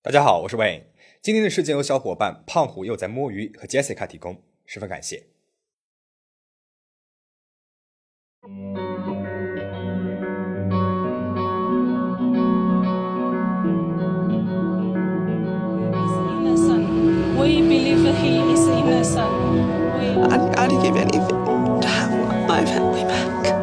大家好，我是 Wayne。今天的事件由小伙伴胖虎又在摸鱼和 Jessica 提供，十分感谢。 We believe that he is innocent. I'd give anything to have my family back.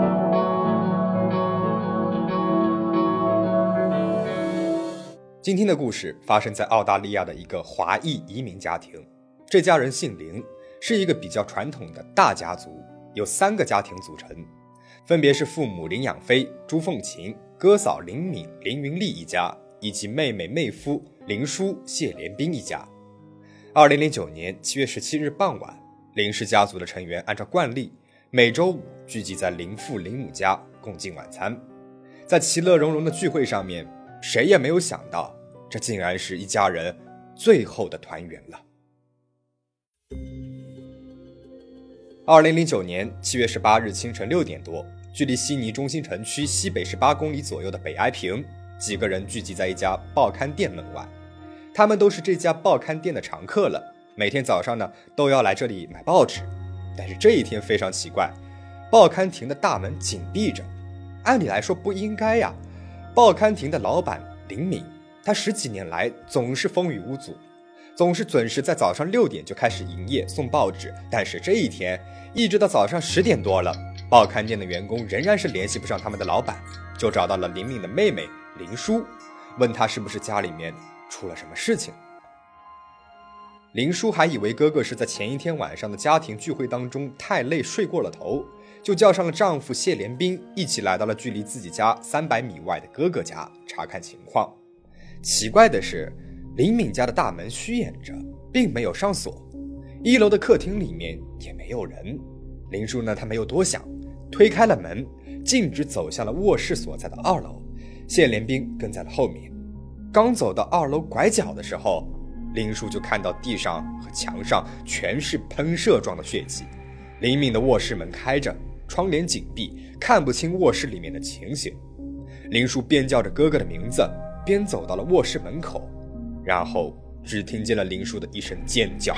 今天的故事发生在澳大利亚的一个华裔移民家庭，这家人姓林，是一个比较传统的大家族，由3个家庭组成，分别是父母林养飞、朱凤琴、哥嫂林敏、林云丽一家，以及妹妹妹夫林叔、谢连兵一家。2009年7月17日傍晚，林氏家族的成员按照惯例，每周五聚集在林父林母家共进晚餐。在其乐融融的聚会上面，谁也没有想到，这竟然是一家人最后的团圆了。2009年7月18日清晨6点多，距离悉尼中心城区西北18公里左右的北埃平，几个人聚集在一家报刊店门外。他们都是这家报刊店的常客了，每天早上呢都要来这里买报纸。但是这一天非常奇怪，报刊亭的大门紧闭着。按理来说不应该呀，报刊亭的老板林敏，他10几年来总是风雨无阻，总是准时在早上6点就开始营业送报纸。但是这一天一直到早上10点多了，报刊店的员工仍然是联系不上他们的老板，就找到了林敏的妹妹林叔，问他是不是家里面出了什么事情。林叔还以为哥哥是在前一天晚上的家庭聚会当中太累睡过了头，就叫上了丈夫谢连兵，一起来到了距离自己家300米外的哥哥家查看情况。奇怪的是，林敏家的大门虚掩着，并没有上锁，1楼的客厅里面也没有人。林叔呢，他没有多想，推开了门，径直走向了卧室所在的2楼，谢连兵跟在了后面。刚走到2楼拐角的时候，林叔就看到地上和墙上全是喷射状的血迹。林敏的卧室门开着，窗帘紧闭，看不清卧室里面的情形。林叔边叫着哥哥的名字，边走到了卧室门口，然后只听见了林叔的一声尖叫。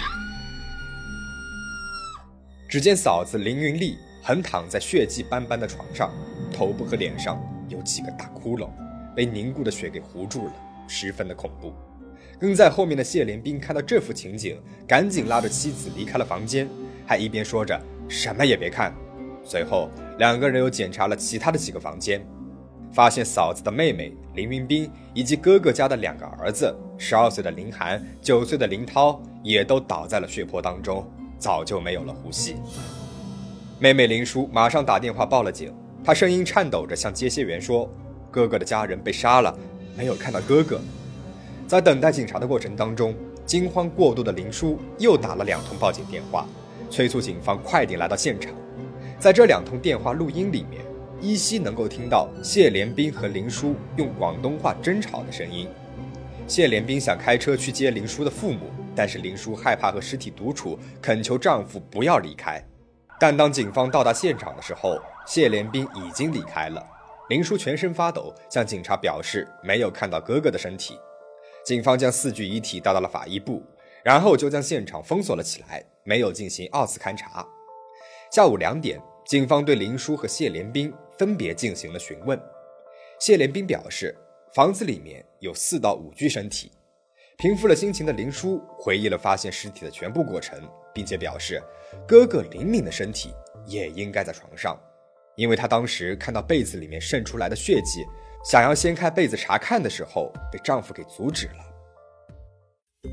只见嫂子林云丽横躺在血迹斑斑的床上，头部和脸上有几个大窟窿，被凝固的血给糊住了，十分的恐怖。跟在后面的谢连兵看到这幅情景，赶紧拉着妻子离开了房间，还一边说着什么也别看。随后2个人又检查了其他的几个房间，发现嫂子的妹妹林云斌以及哥哥家的2个儿子，12岁的林涵、9岁的林涛也都倒在了血泊当中，早就没有了呼吸。妹妹林叔马上打电话报了警，她声音颤抖着向接线员说，哥哥的家人被杀了，没有看到哥哥。在等待警察的过程当中，惊慌过度的林叔又打了2通报警电话，催促警方快点来到现场。在这2通电话录音里面，依稀能够听到谢连兵和林叔用广东话争吵的声音。谢连兵想开车去接林叔的父母，但是林叔害怕和尸体独处，恳求丈夫不要离开。但当警方到达现场的时候，谢连兵已经离开了。林叔全身发抖，向警察表示没有看到哥哥的身体。警方将4具遗体带到了法医部，然后就将现场封锁了起来，没有进行2次勘查。下午2点，警方对林叔和谢连兵分别进行了询问。谢连兵表示，房子里面有4到5具身体。平复了心情的林叔回忆了发现尸体的全部过程，并且表示哥哥林敏的身体也应该在床上，因为他当时看到被子里面渗出来的血迹，想要掀开被子查看的时候，被丈夫给阻止了。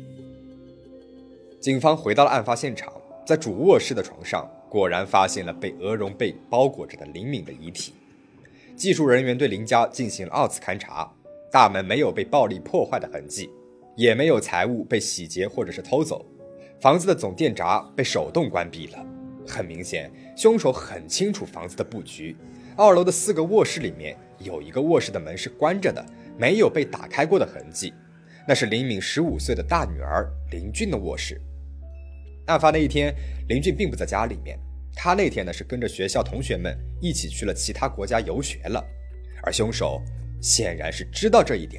警方回到了案发现场，在主卧室的床上，果然发现了被鹅绒被包裹着的林敏的遗体。技术人员对林家进行了2次勘查，大门没有被暴力破坏的痕迹，也没有财物被洗劫或者是偷走，房子的总电闸被手动关闭了。很明显，凶手很清楚房子的布局。2楼的4个卧室里面，有1个卧室的门是关着的，没有被打开过的痕迹，那是林敏15岁的大女儿林俊的卧室。案发那一天，林俊并不在家里面，他那天呢是跟着学校同学们一起去了其他国家游学了，而凶手显然是知道这一点的，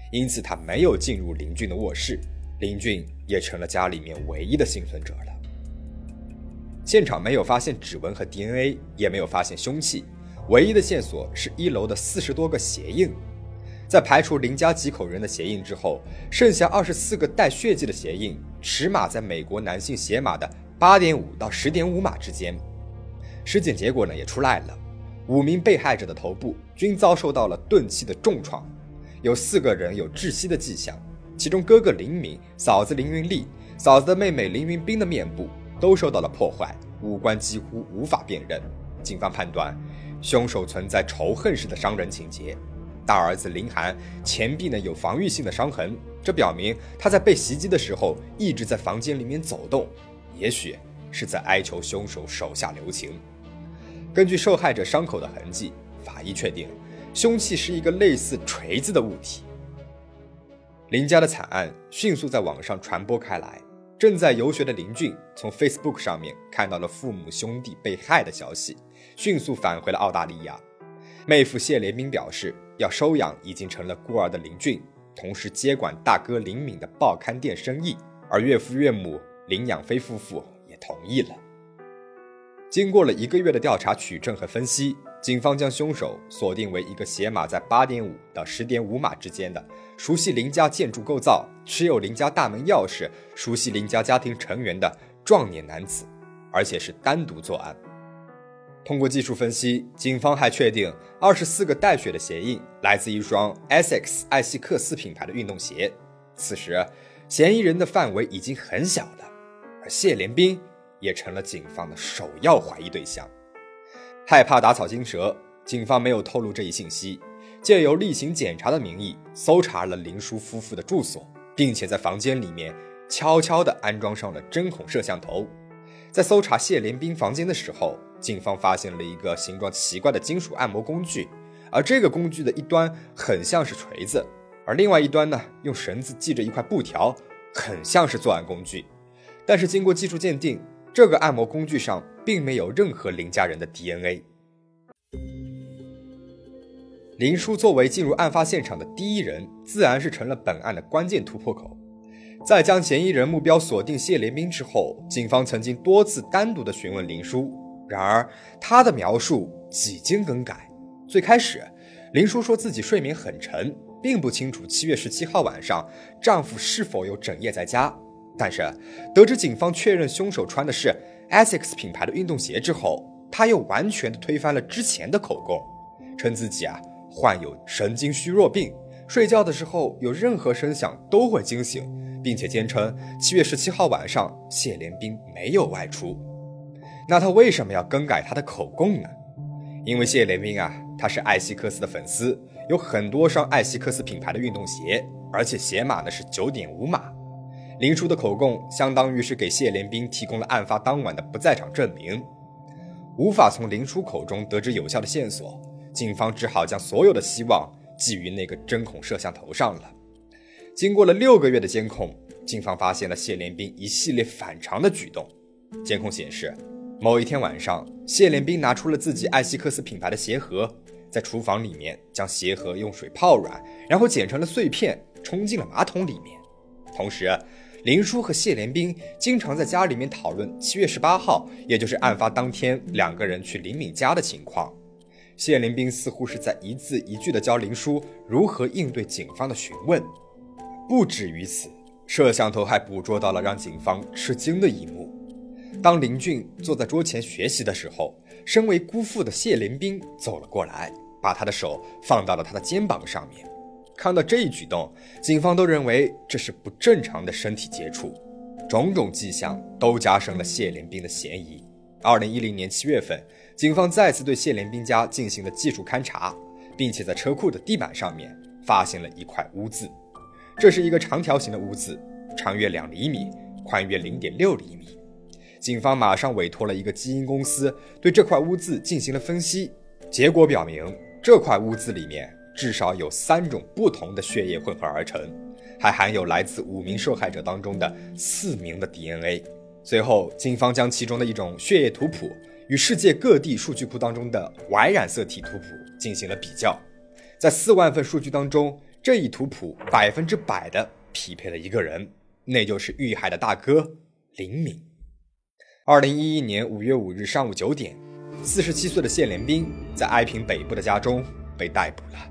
因此他没有进入林俊的卧室，林俊也成了家里面唯一的幸存者了。现场没有发现指纹和 DNA， 也没有发现凶器，唯一的线索是1楼的40多个鞋印。在排除林家几口人的鞋印之后，剩下24个带血迹的鞋印，尺码在美国男性鞋码的 8.5 到 10.5 码之间。尸检结果呢也出来了，5名被害者的头部均遭受到了钝器的重创，有4个人有窒息的迹象，其中哥哥林敏、嫂子林云丽、嫂子的妹妹林云斌的面部都受到了破坏，五官几乎无法辨认。警方判断凶手存在仇恨式的伤人情节。大儿子林涵前臂呢有防御性的伤痕，这表明他在被袭击的时候一直在房间里面走动，也许是在哀求凶手手下留情。根据受害者伤口的痕迹，法医确定凶器是一个类似锤子的物体。林家的惨案迅速在网上传播开来，正在游学的林俊从 Facebook 上面看到了父母兄弟被害的消息，迅速返回了澳大利亚。妹夫谢连兵表示要收养已经成了孤儿的林俊，同时接管大哥林敏的报刊店生意，而岳父岳母林养飞夫妇也同意了。经过了1个月的调查取证和分析，警方将凶手锁定为一个鞋码在 8.5 到 10.5 码之间的，熟悉林家建筑构造，持有林家大门钥匙，熟悉林家家庭成员的壮年男子，而且是单独作案。通过技术分析，警方还确定24个带血的鞋印来自一双 Essex 艾希克斯品牌的运动鞋。此时嫌疑人的范围已经很小了，而谢连兵也成了警方的首要怀疑对象。害怕打草惊蛇，警方没有透露这一信息，借由例行检查的名义搜查了林叔夫妇的住所，并且在房间里面悄悄地安装上了针孔摄像头。在搜查谢连兵房间的时候，警方发现了一个形状奇怪的金属按摩工具，而这个工具的一端很像是锤子，而另外一端呢，用绳子系着一块布条，很像是作案工具。但是经过技术鉴定，这个按摩工具上并没有任何林家人的 DNA。 林叔作为进入案发现场的第一人，自然是成了本案的关键突破口。在将嫌疑人目标锁定谢连兵之后，警方曾经多次单独的询问林叔，然而他的描述几经更改。最开始林叔说自己睡眠很沉，并不清楚7月17号晚上丈夫是否有整夜在家，但是得知警方确认凶手穿的是 Essex 品牌的运动鞋之后，他又完全的推翻了之前的口供，称自己患有神经虚弱病，睡觉的时候有任何声响都会惊醒，并且坚称7月17号晚上谢连兵没有外出。那他为什么要更改他的口供呢？因为谢连兵他是艾希克斯的粉丝，有很多双艾希克斯品牌的运动鞋，而且鞋码呢是 9.5 码。林叔的口供相当于是给谢连兵提供了案发当晚的不在场证明。无法从林叔口中得知有效的线索，警方只好将所有的希望寄于那个针孔摄像头上了。经过了6个月的监控，警方发现了谢连兵一系列反常的举动。监控显示，某一天晚上，谢连兵拿出了自己艾希克斯品牌的鞋盒，在厨房里面将鞋盒用水泡软，然后剪成了碎片，冲进了马桶里面。同时林叔和谢连兵经常在家里面讨论7月18号，也就是案发当天2个人去林敏家的情况。谢连兵似乎是在一字一句地教林叔如何应对警方的询问。不止于此，摄像头还捕捉到了让警方吃惊的一幕。当林俊坐在桌前学习的时候，身为姑父的谢连兵走了过来，把他的手放到了他的肩膀上面。看到这一举动，警方都认为这是不正常的身体接触，种种迹象都加深了谢连兵的嫌疑。2010年7月份，警方再次对谢连兵家进行了技术勘查，并且在车库的地板上面发现了一块污渍。这是一个长条形的污渍，长约2厘米，宽约 0.6 厘米。警方马上委托了一个基因公司对这块污渍进行了分析，结果表明这块污渍里面至少有3种不同的血液混合而成，还含有来自5名受害者当中的4名的 DNA。 随后警方将其中的一种血液图谱与世界各地数据库当中的Y染色体图谱进行了比较，在4万份数据当中， 这一图谱100%的匹配了一个人，那就是遇害的大哥林敏。2011年5月5日上午9点，47岁的谢连兵在哀平北部的家中被逮捕了。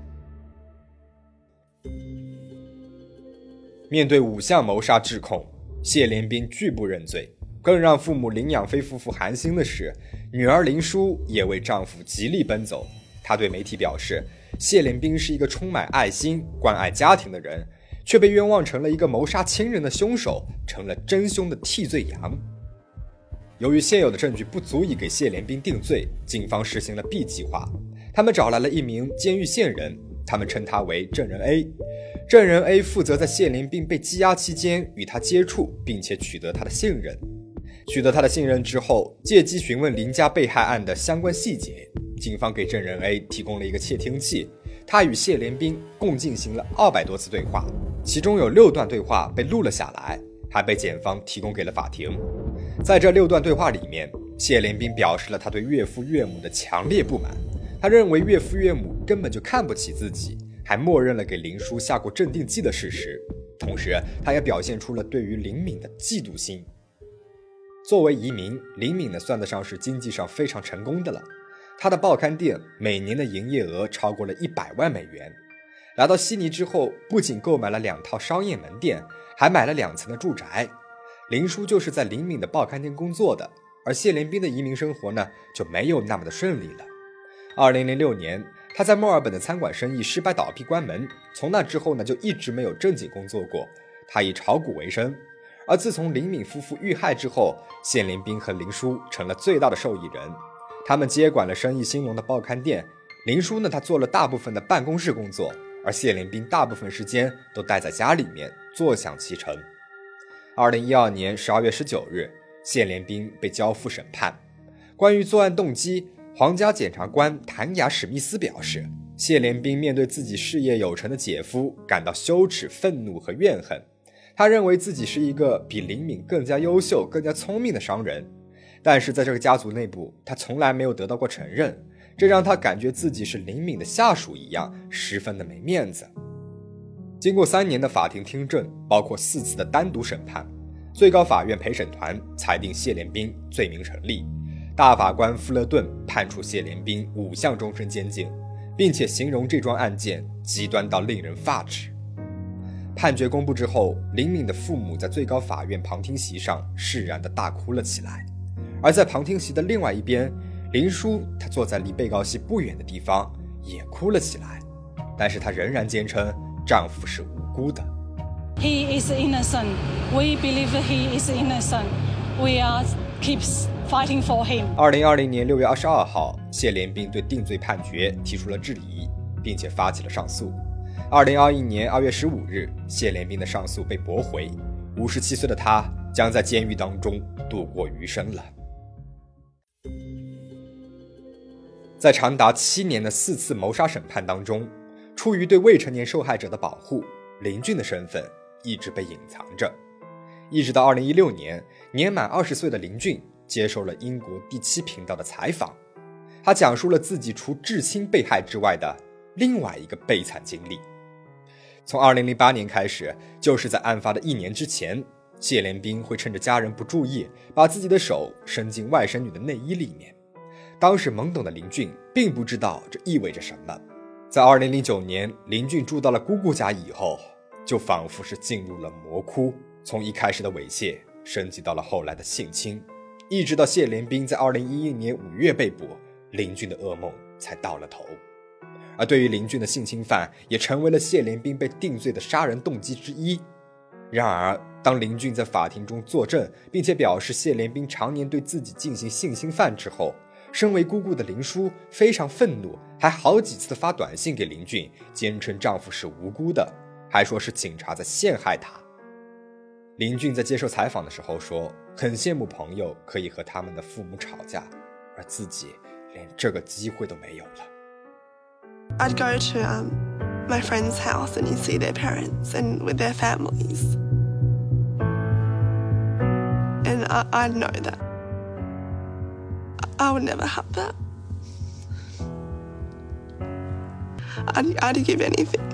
面对5项谋杀指控，谢连兵拒不认罪。更让父母林养飞夫妇寒心的是，女儿林淑也为丈夫极力奔走。她对媒体表示，谢连兵是一个充满爱心、关爱家庭的人，却被冤枉成了一个谋杀亲人的凶手，成了真凶的替罪羊。由于现有的证据不足以给谢连兵定罪，警方实行了 B 计划。他们找来了一名监狱线人，他们称他为证人 A。证人 A 负责在谢连兵被羁押期间与他接触，并且取得他的信任。取得他的信任之后，借机询问林家被害案的相关细节。警方给证人 A 提供了一个窃听器，他与谢连兵共进行了200多次对话，其中有6段对话被录了下来，还被检方提供给了法庭。在这6段对话里面，谢连兵表示了他对岳父岳母的强烈不满，他认为岳父岳母根本就看不起自己，还默认了给林淑下过镇定剂的事实。同时，他也表现出了对于林敏的嫉妒心。作为移民，林敏呢算得上是经济上非常成功的了。他的报刊店每年的营业额超过了100万美元。来到悉尼之后，不仅购买了2套商业门店，还买了2层的住宅。林淑就是在林敏的报刊店工作的，而谢连兵的移民生活呢就没有那么的顺利了。2006年，他在墨尔本的餐馆生意失败倒闭关门，从那之后呢就一直没有正经工作过，他以炒股为生。而自从林敏夫妇遇害之后，谢连兵和林淑成了最大的受益人。他们接管了生意兴隆的报刊店，林淑呢，她做了大部分的办公室工作，而谢连兵大部分时间都待在家里面坐享其成。2012年12月19日，谢连兵被交付审判。关于作案动机，皇家检察官谭雅·史密斯表示，谢连兵面对自己事业有成的姐夫感到羞耻、愤怒和怨恨。他认为自己是一个比林敏更加优秀、更加聪明的商人，但是在这个家族内部，他从来没有得到过承认，这让他感觉自己是林敏的下属一样，十分的没面子。经过3年的法庭听证，包括4次的单独审判，最高法院陪审团裁定谢连兵罪名成立，大法官富勒顿判处谢连兵5项终身监禁，并且形容这桩案件极端到令人发指。判决公布之后，林敏的父母在最高法院旁听席上释然地大哭了起来。而在旁听席的另外一边，林淑她坐在离被告席不远的地方，也哭了起来。但是她仍然坚称丈夫是无辜的。 He is innocent. We believe that he is innocent. We are keeps fighting for him. 2020年6月22号，谢连兵对定罪判决提出了质疑，并且发起了上诉。2021年2月15日，谢连兵的上诉被驳回，57岁的他将在监狱当中度过余生了。在长达7年的4次谋杀审判当中，出于对未成年受害者的保护，林俊的身份一直被隐藏着。一直到2016年，年满20岁的林俊接受了英国第7频道的采访，他讲述了自己除至亲被害之外的另外一个悲惨经历。从2008年开始，就是在案发的1年之前，谢连兵会趁着家人不注意，把自己的手伸进外甥女的内衣里面。当时懵懂的林俊并不知道这意味着什么。在2009年，林俊住到了姑姑家以后，就仿佛是进入了魔窟，从一开始的猥亵升级到了后来的性侵，一直到谢连兵在2011年5月被捕，林俊的噩梦才到了头。而对于林俊的性侵犯，也成为了谢连兵被定罪的杀人动机之一。然而，当林俊在法庭中作证，并且表示谢连兵常年对自己进行性侵犯之后，身为姑姑的林淑非常愤怒，还好几次发短信给林俊，坚称丈夫是无辜的，还说是警察在陷害他。林俊在接受采访的时候说，很羡慕朋友可以和他们的父母吵架，而自己连这个机会都没有了。 I'd go to my friend's house and you'd see their parents and with their families. And I know that I would never have that. I'd give anything to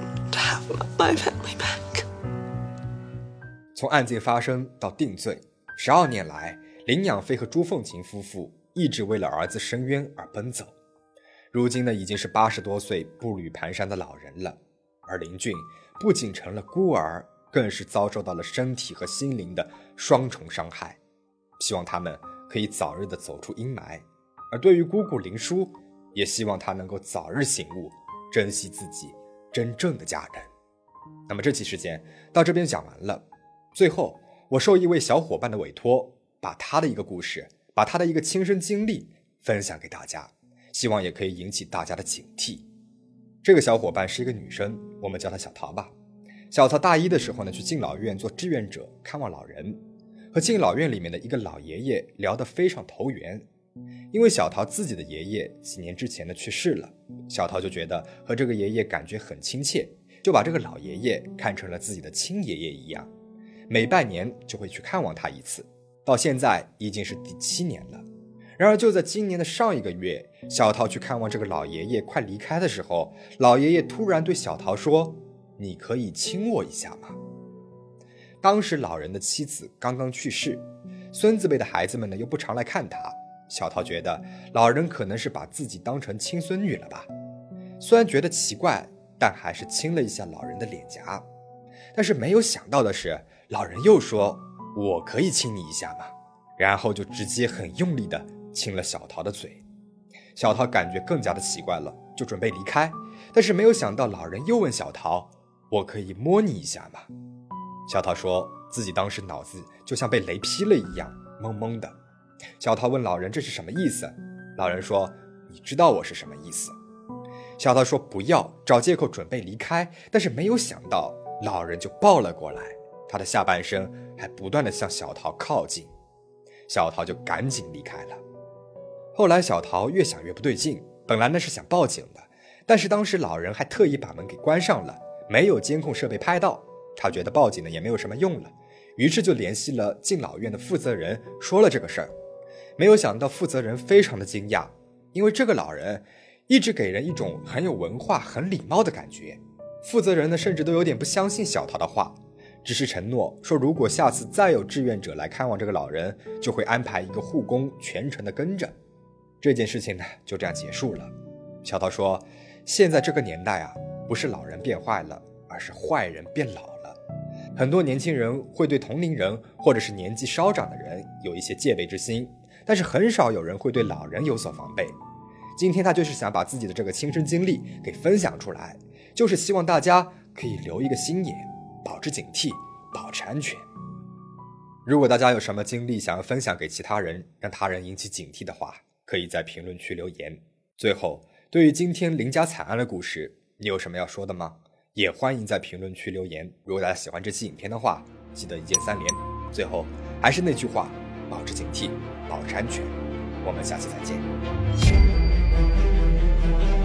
have my family back. 从案件发生到定罪，12年来，林养飞和朱凤琴夫妇一直为了儿子申冤而奔走。如今呢，已经是80多岁步履蹒跚的老人了，而林俊不仅成了孤儿，更是遭受到了身体和心灵的双重伤害。希望他们可以早日的走出阴霾，而对于姑姑林淑，也希望她能够早日醒悟，珍惜自己真正的家人。那么这期事件到这边讲完了，最后我受一位小伙伴的委托，把他的一个故事，把他的一个亲身经历分享给大家，希望也可以引起大家的警惕。这个小伙伴是一个女生，我们叫她小桃吧。小桃大一的时候呢，去敬老院做志愿者看望老人，和敬老院里面的一个老爷爷聊得非常投缘。因为小桃自己的爷爷几年之前呢去世了，小桃就觉得和这个爷爷感觉很亲切，就把这个老爷爷看成了自己的亲爷爷一样，每半年就会去看望他一次，到现在已经是第7年了。然而就在今年的上一个月，小桃去看望这个老爷爷快离开的时候，老爷爷突然对小桃说：“你可以亲我一下吗？”当时老人的妻子刚刚去世，孙子辈的孩子们呢又不常来看他，小桃觉得老人可能是把自己当成亲孙女了吧。虽然觉得奇怪，但还是亲了一下老人的脸颊。但是没有想到的是，老人又说：“我可以亲你一下吗？”然后就直接很用力地亲了小桃的嘴。小桃感觉更加的奇怪了，就准备离开，但是没有想到老人又问小桃：“我可以摸你一下吗？”小桃说自己当时脑子就像被雷劈了一样，懵懵的。小桃问老人这是什么意思，老人说：“你知道我是什么意思。”小桃说不要，找借口准备离开，但是没有想到老人就抱了过来，他的下半身还不断地向小桃靠近，小桃就赶紧离开了。后来小桃越想越不对劲，本来呢是想报警的，但是当时老人还特意把门给关上了，没有监控设备拍到，他觉得报警呢也没有什么用了，于是就联系了敬老院的负责人说了这个事儿。没有想到负责人非常的惊讶，因为这个老人一直给人一种很有文化很礼貌的感觉。负责人呢甚至都有点不相信小桃的话，只是承诺说如果下次再有志愿者来看望这个老人，就会安排一个护工全程的跟着。这件事情呢就这样结束了。小桃说现在这个年代啊，不是老人变坏了，而是坏人变老了。很多年轻人会对同龄人或者是年纪稍长的人有一些戒备之心，但是很少有人会对老人有所防备。今天他就是想把自己的这个亲身经历给分享出来，就是希望大家可以留一个心眼，保持警惕，保持安全。如果大家有什么经历想要分享给其他人，让他人引起警惕的话，可以在评论区留言。最后，对于今天林家惨案的故事，你有什么要说的吗？也欢迎在评论区留言。如果大家喜欢这期影片的话，记得一键3连。最后还是那句话，保持警惕，保持安全。我们下期再见。